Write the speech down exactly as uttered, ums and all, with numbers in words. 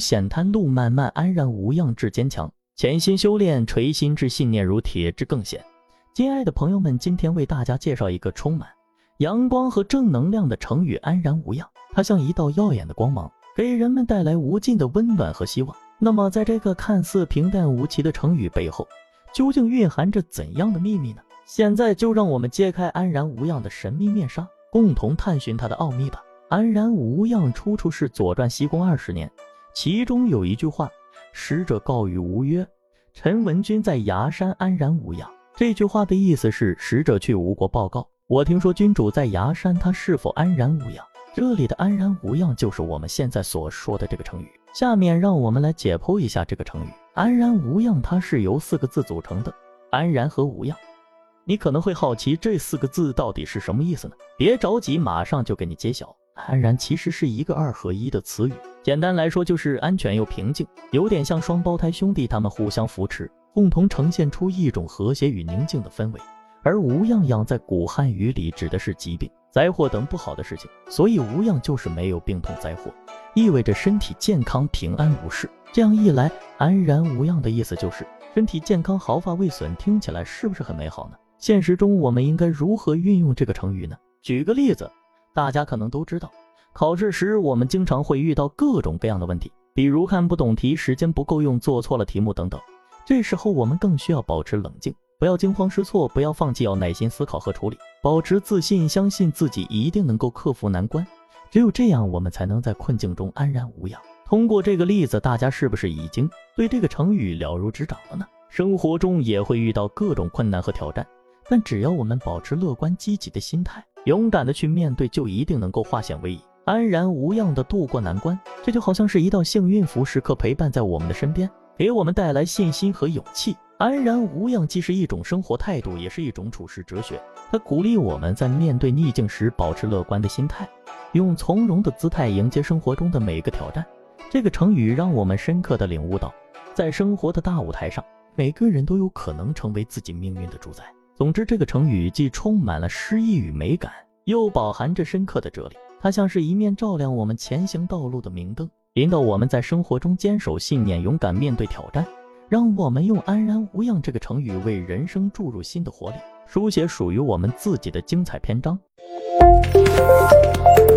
险滩路漫漫，安然无恙至坚强；潜心修炼，垂心至信念如铁至更险。亲爱的朋友们，今天为大家介绍一个充满阳光和正能量的成语安然无恙。它像一道耀眼的光芒，给人们带来无尽的温暖和希望。那么在这个看似平淡无奇的成语背后，究竟蕴含着怎样的秘密呢？现在就让我们揭开安然无恙的神秘面纱，共同探寻它的奥秘吧。安然无恙出处是《左传》西公二十年，其中有一句话：使者告与吴曰，陈文君在崖山安然无恙。这句话的意思是，使者去吴国报告，我听说君主在崖山，他是否安然无恙？这里的安然无恙就是我们现在所说的这个成语。下面让我们来解剖一下这个成语。安然无恙它是由四个字组成的，安然和无恙。你可能会好奇这四个字到底是什么意思呢？别着急，马上就给你揭晓。安然其实是一个二合一的词语，简单来说就是安全又平静，有点像双胞胎兄弟，他们互相扶持，共同呈现出一种和谐与宁静的氛围。而无恙恙在古汉语里指的是疾病、灾祸等不好的事情，所以无恙就是没有病痛灾祸，意味着身体健康平安无事。这样一来，安然无恙的意思就是身体健康毫发未损，听起来是不是很美好呢？现实中我们应该如何运用这个成语呢？举个例子，大家可能都知道，考试时我们经常会遇到各种各样的问题，比如看不懂题、时间不够用、做错了题目等等。这时候我们更需要保持冷静，不要惊慌失措，不要放弃，要耐心思考和处理，保持自信，相信自己一定能够克服难关。只有这样，我们才能在困境中安然无恙。通过这个例子，大家是不是已经对这个成语了如指掌了呢？生活中也会遇到各种困难和挑战，但只要我们保持乐观积极的心态，勇敢的去面对，就一定能够化险为夷，安然无恙的度过难关。这就好像是一道幸运符，时刻陪伴在我们的身边，给我们带来信心和勇气。安然无恙既是一种生活态度，也是一种处世哲学。它鼓励我们在面对逆境时保持乐观的心态，用从容的姿态迎接生活中的每个挑战。这个成语让我们深刻地领悟到，在生活的大舞台上，每个人都有可能成为自己命运的主宰。总之，这个成语既充满了诗意与美感，又饱含着深刻的哲理。它像是一面照亮我们前行道路的明灯，引导我们在生活中坚守信念，勇敢面对挑战。让我们用安然无恙这个成语为人生注入新的活力，书写属于我们自己的精彩篇章。